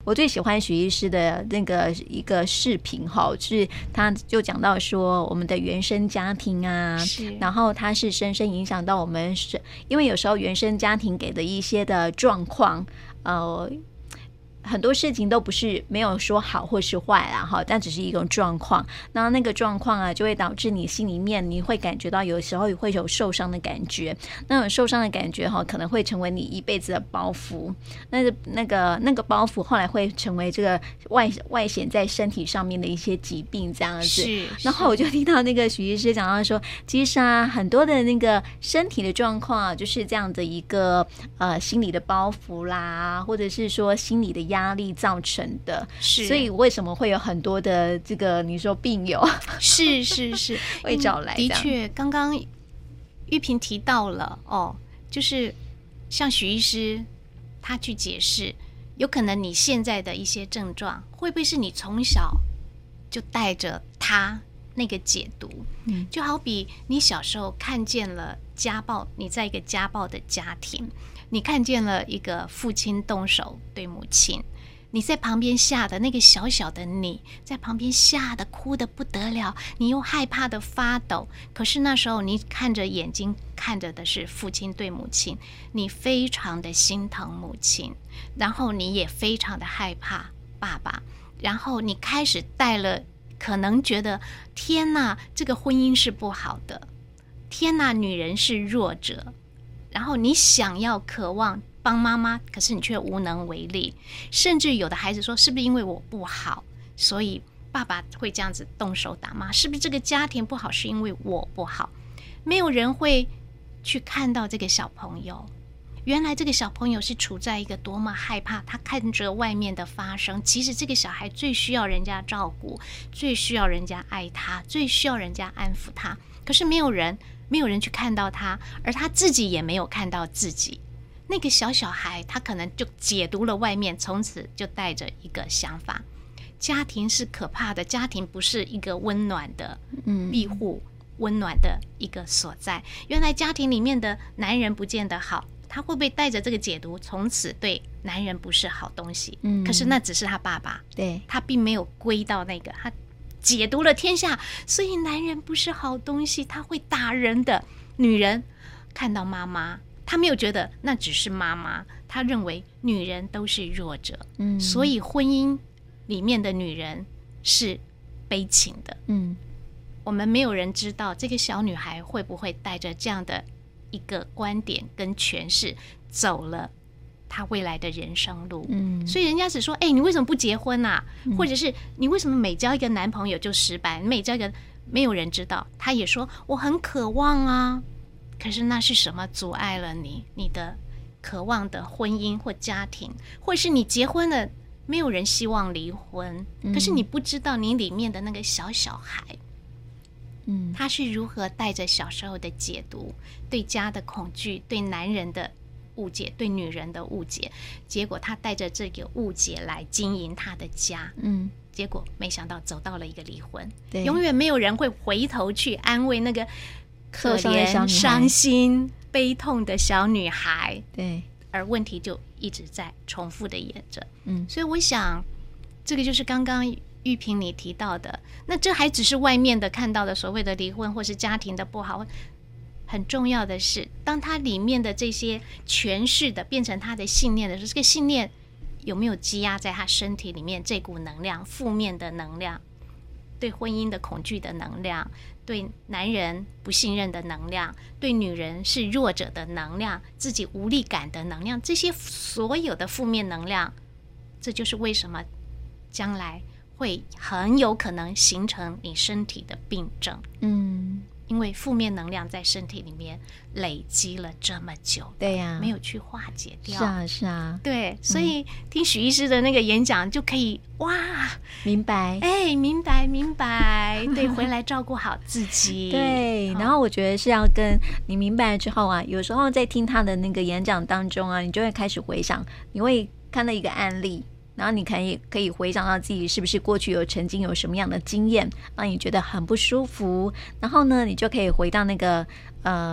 我最喜欢许医师的那个一个视频哈，是他就讲到说我们的原生家庭啊，然后它是深深影响到我们，因为有时候原生家庭给的一些的状况，很多事情都不是没有说好或是坏啦哈，但只是一种状况。那个状况啊，就会导致你心里面你会感觉到有时候会有受伤的感觉。那种受伤的感觉哈，可能会成为你一辈子的包袱。那个包袱后来会成为这个外显在身体上面的一些疾病这样子。然后我就听到那个许医师讲到说，其实啊，很多的那个身体的状况啊，就是这样的一个心理的包袱啦，或者是说心理的压力造成的，所以为什么会有很多的这个你说病友是会找来？ 的确，刚刚玉萍提到了就是像许医师他去解释，有可能你现在的一些症状，会不会是你从小就带着他那个解读？就好比你小时候看见了家暴，你在一个家暴的家庭，你看见了一个父亲动手对母亲，你在旁边吓的那个小小的你在旁边吓得哭得不得了，你又害怕的发抖，可是那时候你看着眼睛看着的是父亲对母亲，你非常的心疼母亲，然后你也非常的害怕爸爸，然后你开始带了可能觉得天哪，这个婚姻是不好的，天哪，女人是弱者，然后你想要渴望帮妈妈，可是你却无能为力，甚至有的孩子说，是不是因为我不好，所以爸爸会这样子动手打妈？是不是这个家庭不好是因为我不好？没有人会去看到这个小朋友，原来这个小朋友是处在一个多么害怕，他看着外面的发生，其实这个小孩最需要人家照顾，最需要人家爱他，最需要人家安抚他，可是没有人去看到他，而他自己也没有看到自己。那个小孩他可能就解读了外面，从此就带着一个想法，家庭是可怕的，家庭不是一个温暖的庇护，温暖的一个所在。原来家庭里面的男人不见得好，他会不会带着这个解读，从此对男人不是好东西？可是那只是他爸爸， 对， 他并没有归到那个，他解读了天下，所以男人不是好东西，他会打人的。女人看到妈妈，他没有觉得那只是妈妈，他认为女人都是弱者，所以婚姻里面的女人是悲情的。我们没有人知道这个小女孩会不会带着这样的一个观点跟诠释走了她未来的人生路。所以人家只说你为什么不结婚啊？或者是你为什么每交一个男朋友就失败，每交一个，没有人知道。他也说我很渴望啊，可是那是什么阻碍了你的渴望的婚姻或家庭，或是你结婚了，没有人希望离婚，可是你不知道你里面的那个小孩，他是如何带着小时候的解读，对家的恐惧，对男人的误解，对女人的误解，结果他带着这个误解来经营他的家，结果没想到走到了一个离婚。永远没有人会回头去安慰那个可怜伤心悲痛的小女孩， 对， 而问题就一直在重复的演着。所以我想这个就是刚刚玉萍你提到的，那这还只是外面的看到的所谓的离婚或是家庭的不好，很重要的是当它里面的这些诠释的变成他的信念的时候，这个信念有没有积压在他身体里面，这股能量，负面的能量，对婚姻的恐惧的能量，对男人不信任的能量，对女人是弱者的能量，自己无力感的能量，这些所有的负面能量，这就是为什么将来会很有可能形成你身体的病症。因为负面能量在身体里面累积了这么久， 对呀， 没有去化解掉。 是啊， 对，所以听许医师的那个演讲就可以哇， 明白， 明白，对，回来照顾好自己。 对，然后我觉得是要跟你明白了之后啊，有时候在听他的那个演讲当中啊，你就会开始回想，你会看到一个案例。然后你可以回想到自己是不是过去曾经有什么样的经验让你觉得很不舒服，然后呢你就可以回到那个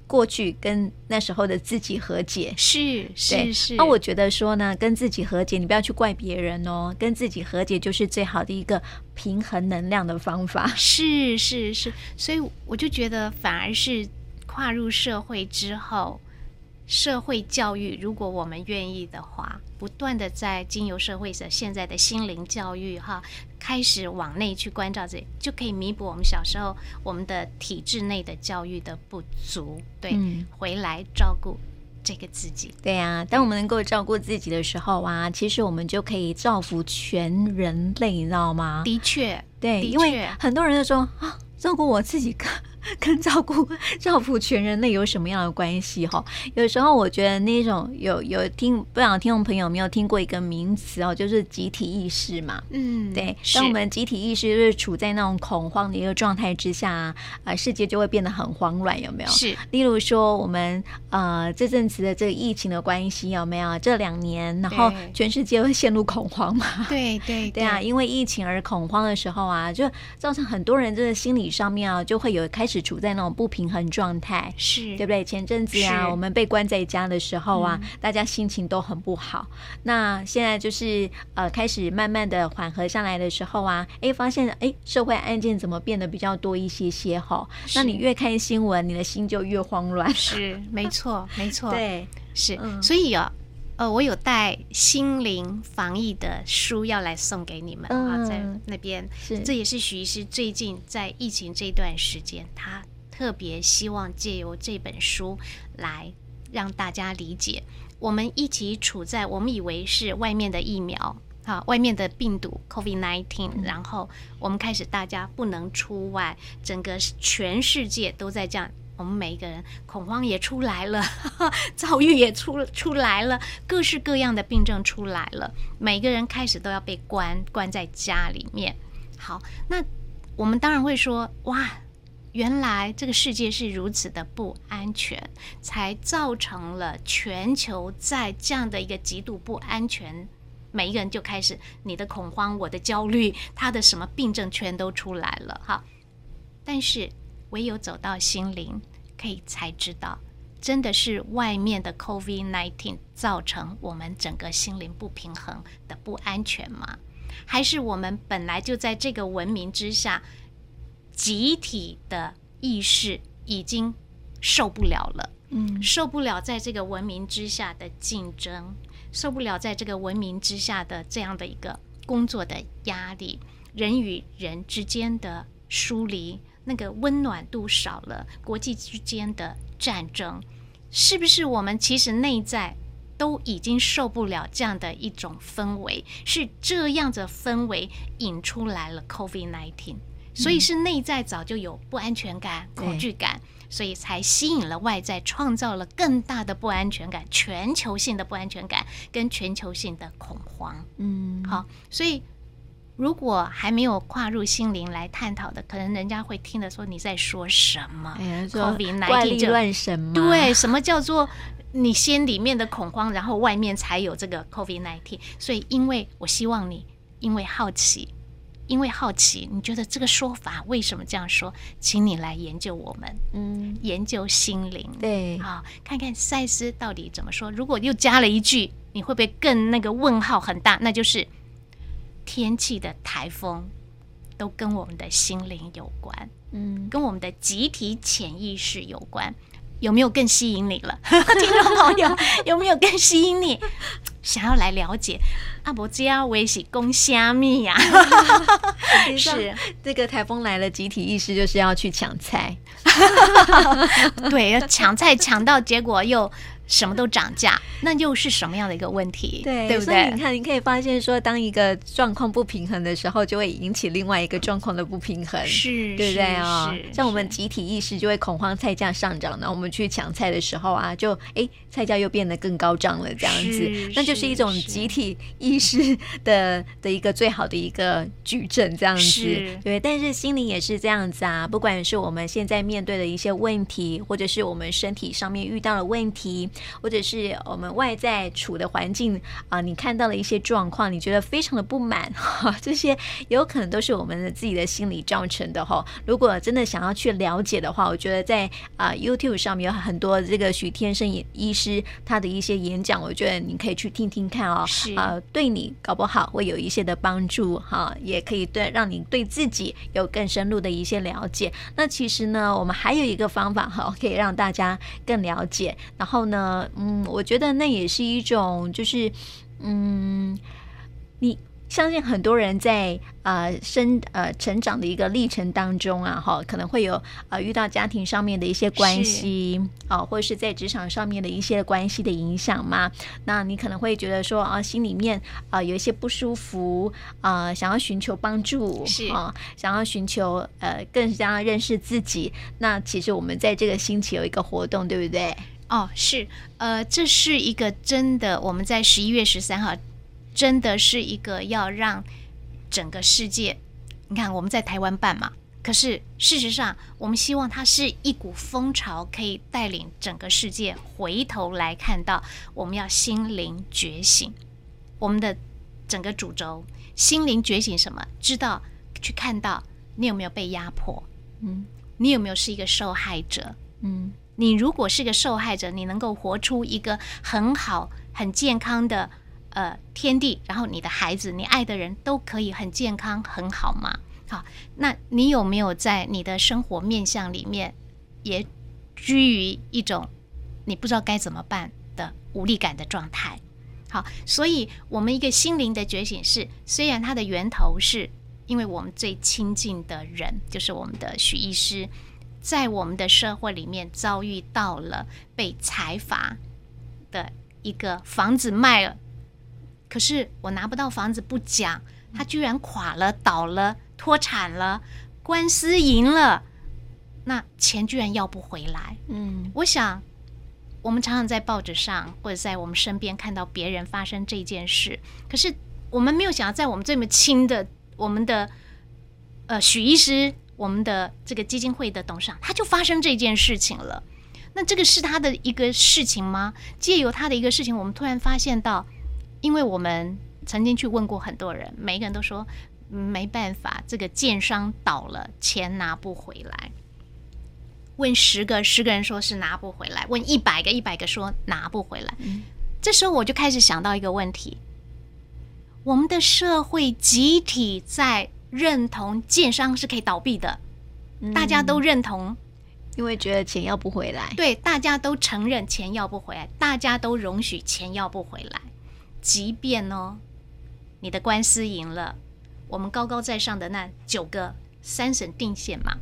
过去跟那时候的自己和解。 是。 那我觉得说呢，跟自己和解，你不要去怪别人哦，跟自己和解就是最好的一个平衡能量的方法。 是，所以我就觉得反而是跨入社会之后，社会教育如果我们愿意的话，不断的在经由社会的现在的心灵教育开始往内去关照，这就可以弥补我们小时候我们的体制内的教育的不足。对，回来照顾这个自己。 对啊，当我们能够照顾自己的时候啊，其实我们就可以造福全人类，你知道吗？ 的确， 对，因为很多人就说啊，照顾我自己跟照顾全人类有什么样的关系？有时候我觉得那种有不少听众朋友有没有听过一个名词就是集体意识嘛。对，当我们集体意识就是处在那种恐慌的一个状态之下世界就会变得很慌乱，有没有？ 是。 例如说我们这阵子的这个疫情的关系，有没有？这2年，然后全世界会陷入恐慌嘛？ 对啊，因为疫情而恐慌的时候就造成很多人这个心理上面就会有开始处在那种不平衡状态， 是， 对不对？前阵子我们被关在家的时候大家心情都很不好。那现在就是开始慢慢的缓和上来的时候发现社会案件怎么变得比较多一些那你越看新闻，你的心就越慌乱。 是，没错对， 是。所以我有带心灵防疫的书要来送给你们在那边。这也是许医师最近在疫情这段时间，他特别希望借由这本书来让大家理解，我们一起处在我们以为是外面的疫苗外面的病毒 COVID-19，然后我们开始大家不能出外，整个全世界都在这样，我们每一个人恐慌也出来了，躁郁也出来了，各式各样的病症出来了，每个人开始都要被关在家里面。好，那我们当然会说，哇，原来这个世界是如此的不安全，才造成了全球在这样的一个极度不安全，每一个人就开始你的恐慌，我的焦虑，他的什么病症全都出来了但是唯有走到心灵，可以才知道，真的是外面的 COVID-19 造成我们整个心灵不平衡的不安全吗？还是我们本来就在这个文明之下，集体的意识已经受不了了，受不了在这个文明之下的竞争，受不了在这个文明之下的这样的一个工作的压力，人与人之间的疏离，那个温暖度少了，国际之间的战争，是不是我们其实内在都已经受不了这样的一种氛围？是这样的氛围引出来了 COVID-19， 所以是内在早就有不安全感、恐惧感，所以才吸引了外在，创造了更大的不安全感，全球性的不安全感跟全球性的恐慌。好，所以如果还没有跨入心灵来探讨的，可能人家会听得说你在说什么？COVID-19 怪力乱神吗？ 对，什么叫做你心里面的恐慌，然后外面才有这个 COVID-19？ 所以，因为我希望你，因为好奇，你觉得这个说法为什么这样说？请你来研究我们，研究心灵， 对， 看看赛斯到底怎么说。如果又加了一句，你会不会更那个问号很大？那就是天气的台风都跟我们的心灵有关，跟我们的集体潜意识有关。有没有更吸引你了？听众朋友，有没有更吸引你？想要来了解不知道我是讲虾米呀？ 是这个台风来了，集体意识就是要去抢菜， 对，抢菜抢到结果又什么都涨价，那又是什么样的一个问题？对不对？ 所以你看，你可以发现说，当一个状况不平衡的时候，就会引起另外一个状况的不平衡， 是， 对不对像我们集体意识就会恐慌菜价上涨，然后我们去抢菜的时候就菜价又变得更高涨了，这样子，那就是一种集体意识的一个最好的一个矩阵，这样子，对。但是心灵也是这样子不管是我们现在面对的一些问题，或者是我们身体上面遇到的问题， 或者是我们外在处的环境你看到了一些状况，你觉得非常的不满这些有可能都是我们自己的心理造成的如果真的想要去了解的话，我觉得在YouTube 上面有很多这个许天胜医师他的一些演讲，我觉得你可以去听听看对你搞不好会有一些的帮助也可以让你对自己有更深入的一些了解。那其实呢，我们还有一个方法可以让大家更了解，然后呢我觉得那也是一种就是你相信很多人在成长的一个历程当中可能会有遇到家庭上面的一些关系或者是在职场上面的一些关系的影响嘛。那你可能会觉得说心里面有一些不舒服想要寻求帮助想要寻求更加认识自己。那其实我们在这个星期有一个活动，对不对？ 是这是一个真的，我们在11月13号真的是一个要让整个世界，你看我们在台湾办嘛，可是事实上我们希望它是一股风潮，可以带领整个世界回头来看到我们要心灵觉醒。我们的整个主轴心灵觉醒什么？知道去看到你有没有被压迫，你有没有是一个受害者，你如果是个受害者，你能够活出一个很好很健康的天地，然后你的孩子你爱的人都可以很健康很好吗？好，那你有没有在你的生活面向里面也居于一种你不知道该怎么办的无力感的状态？好，所以我们一个心灵的觉醒是，虽然它的源头是因为我们最亲近的人就是我们的许医师在我们的社会里面遭遇到了被财阀的一个房子卖了，可是我拿不到房子不讲，他居然垮了倒了脱产了官司赢了，那钱居然要不回来。我想我们常常在报纸上或者在我们身边看到别人发生这件事，可是我们没有想到在我们这么亲的我们的许医师，我们的这个基金会的董事长，他就发生这件事情了。那这个是他的一个事情吗？借由他的一个事情，我们突然发现到，因为我们曾经去问过很多人，每一个人都说没办法，这个建商倒了，钱拿不回来。问10个人说是拿不回来，问100个说拿不回来。这时候我就开始想到一个问题，我们的社会集体在认同建商是可以倒闭的，大家都认同， 因为觉得钱要不回来。 对，大家都承认钱要不回来，大家都容许钱要不回来。即便你的官司赢了，我们高高在上的那9个3审定线嘛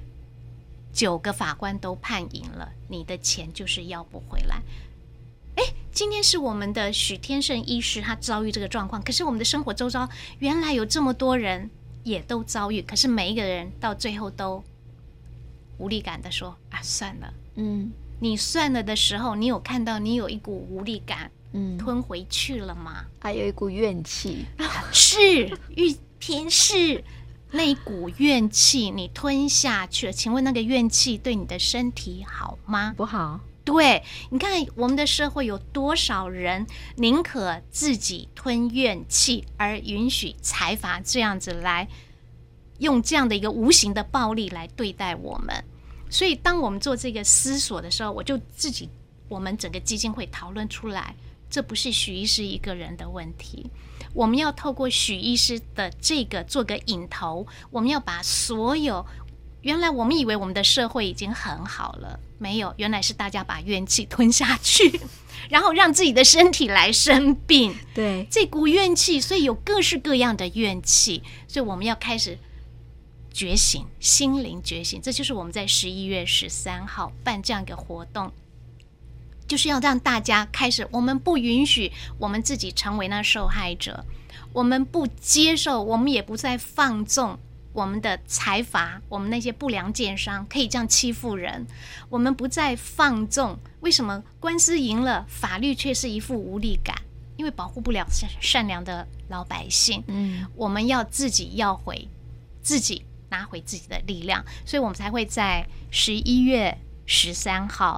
，9个法官都判赢了，你的钱就是要不回来。今天是我们的许天胜医师他遭遇这个状况，可是我们的生活周遭原来有这么多人也都遭遇，可是每一个人到最后都无力感的说算了。你算了的时候，你有看到你有一股无力感吞回去了吗？ 还有一股怨气是玉萍，是那一股怨气你吞下去了，请问那个怨气对你的身体好吗？ 不好。 对，你看我们的社会有多少人宁可自己吞怨气，而允许财阀这样子来用这样的一个无形的暴力来对待我们。所以当我们做这个思索的时候，我们整个基金会讨论出来，这不是许医师一个人的问题，我们要透过许医师的这个做个引头，我们要把所有原来我们以为我们的社会已经很好了，没有，原来是大家把怨气吞下去，然后让自己的身体来生病。 对， 这股怨气，所以有各式各样的怨气，所以我们要开始觉醒，心灵觉醒。这就是我们在11月13号办这样一个活动，就是要让大家开始，我们不允许我们自己成为那受害者，我们不接受，我们也不再放纵我们的财阀，我们那些不良建商可以这样欺负人，我们不再放纵。为什么官司赢了，法律却是一副无力感？因为保护不了善良的老百姓。我们要自己拿回自己的力量，所以我们才会在11月13号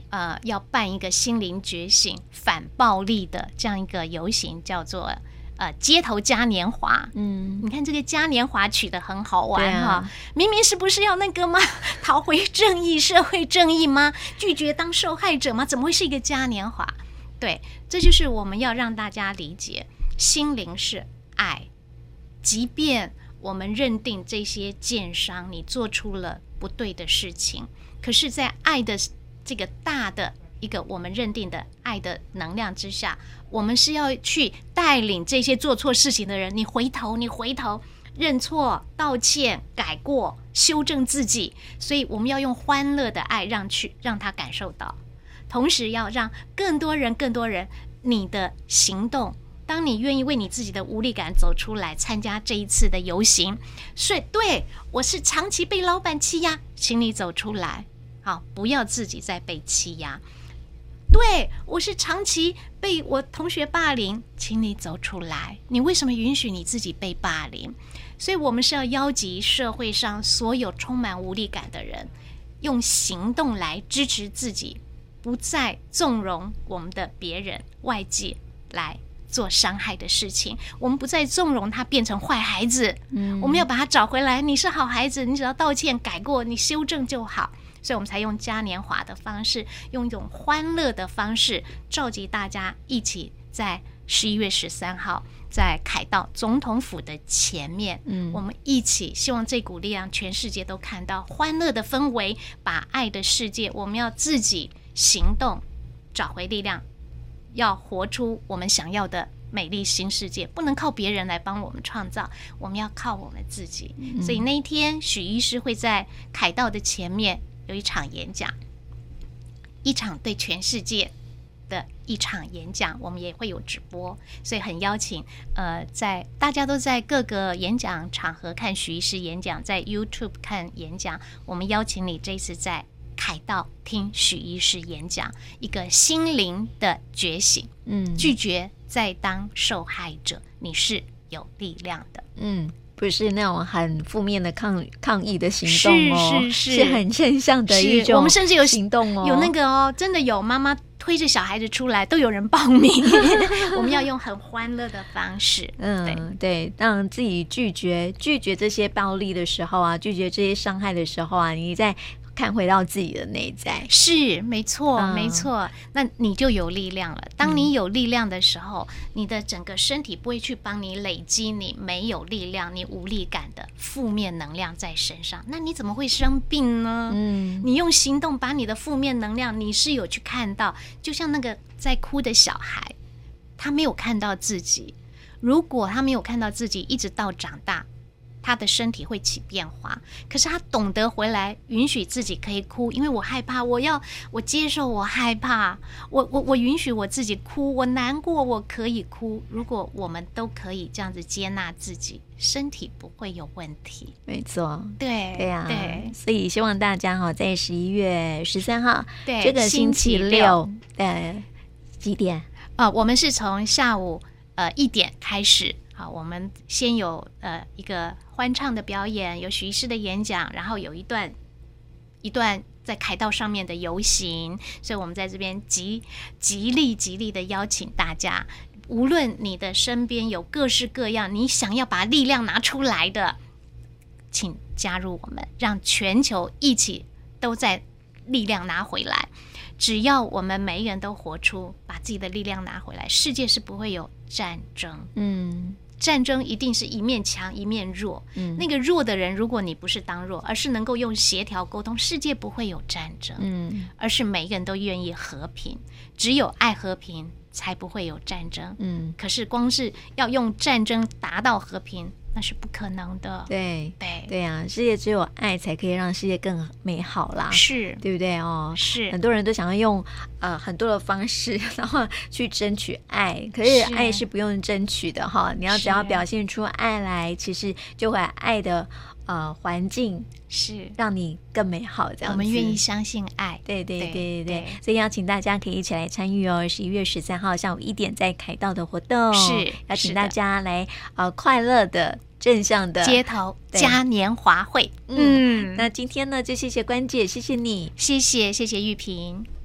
要办一个心灵觉醒、反暴力的这样一个游行，叫做街头嘉年华。你看这个嘉年华取得很好玩哈，明明是不是要那个吗？讨回正义、社会正义吗？拒绝当受害者吗？怎么会是一个嘉年华？对，这就是我们要让大家理解，心灵是爱，即便我们认定这些奸商你做出了不对的事情，可是在爱的这个大的一个我们认定的爱的能量之下，我们是要去带领这些做错事情的人，你回头认错、道歉、改过、修正自己。所以我们要用欢乐的爱让他感受到，同时要让更多人你的行动，当你愿意为你自己的无力感走出来，参加这一次的游行，所以对，我是长期被老板欺压，请你走出来，好，不要自己再被欺压。对，我是长期被我同学霸凌，请你走出来，你为什么允许你自己被霸凌？所以我们是要邀集社会上所有充满无力感的人，用行动来支持自己，不再纵容我们的别人外界来做伤害的事情，我们不再纵容他变成坏孩子，我们要把他找回来，你是好孩子，你只要道歉改过，你修正就好。所以我们才用嘉年华的方式，用一种欢乐的方式召集大家一起在11月13号在凯道总统府的前面，我们一起希望这股力量全世界都看到欢乐的氛围，把爱的世界，我们要自己行动找回力量，要活出我们想要的美丽新世界，不能靠别人来帮我们创造，我们要靠我们自己。所以那一天许医师会在凯道的前面有一场演讲，一场对全世界的一场演讲，我们也会有直播，所以很邀请在大家都在各个演讲场合看许医师演讲，在 YouTube 看演讲，我们邀请你这次在凯道听许医师演讲，一个心灵的觉醒，拒绝再当受害者，你是有力量的。 不是那种很负面的抗议的行动哦， 是很正向的一种。 我们甚至有行动哦， 有那个哦，真的有妈妈推着小孩子出来，都有人报名。我们要用很欢乐的方式， 对，让自己拒绝这些暴力的时候啊，拒绝这些伤害的时候啊，你在看回到自己的内在， 是没错，没错，那你就有力量了。当你有力量的时候，你的整个身体不会去帮你累积你没有力量、你无力感的负面能量在身上，那你怎么会生病呢？你用行动把你的负面能量，你是有去看到，就像那个在哭的小孩，他没有看到自己，如果他没有看到自己，一直到长大，他的身体会起变化，可是他懂得回来允许自己可以哭，因为我害怕，我接受我害怕，我允许我自己哭，我难过我可以哭。如果我们都可以这样子接纳自己，身体不会有问题。 没错， 对啊， 对， 所以希望大家在11月13号对这个星期六几点？ 我们是从下午1点开始。好，我们先有一个欢唱的表演，有许医师的演讲，然后有一段在凯道上面的游行，所以我们在这边极力的邀请大家，无论你的身边有各式各样你想要把力量拿出来的，请加入我们，让全球一起都在力量拿回来。只要我们每一个人都活出把自己的力量拿回来，世界是不会有战争。战争一定是一面强一面弱，那个弱的人，如果你不是当弱，而是能够用协调沟通，世界不会有战争，而是每一个人都愿意和平，只有爱和平才不会有战争。可是光是要用战争达到和平，那是不可能的。对啊，世界只有爱才可以让世界更美好啦， 是对不对哦？ 是很多人都想要用很多的方式，然后去争取爱，可是爱是不用争取的哈。你要只要表现出爱来，其实就会爱的环境是让你更美好，这样子我们愿意相信爱。 对，所以邀请大家可以一起来参与哦，11月13号下午1点在凯道的活动， 是邀请大家来快乐的正向的街头嘉年华会。 那今天呢就谢谢关姐，谢谢你， 谢谢玉萍。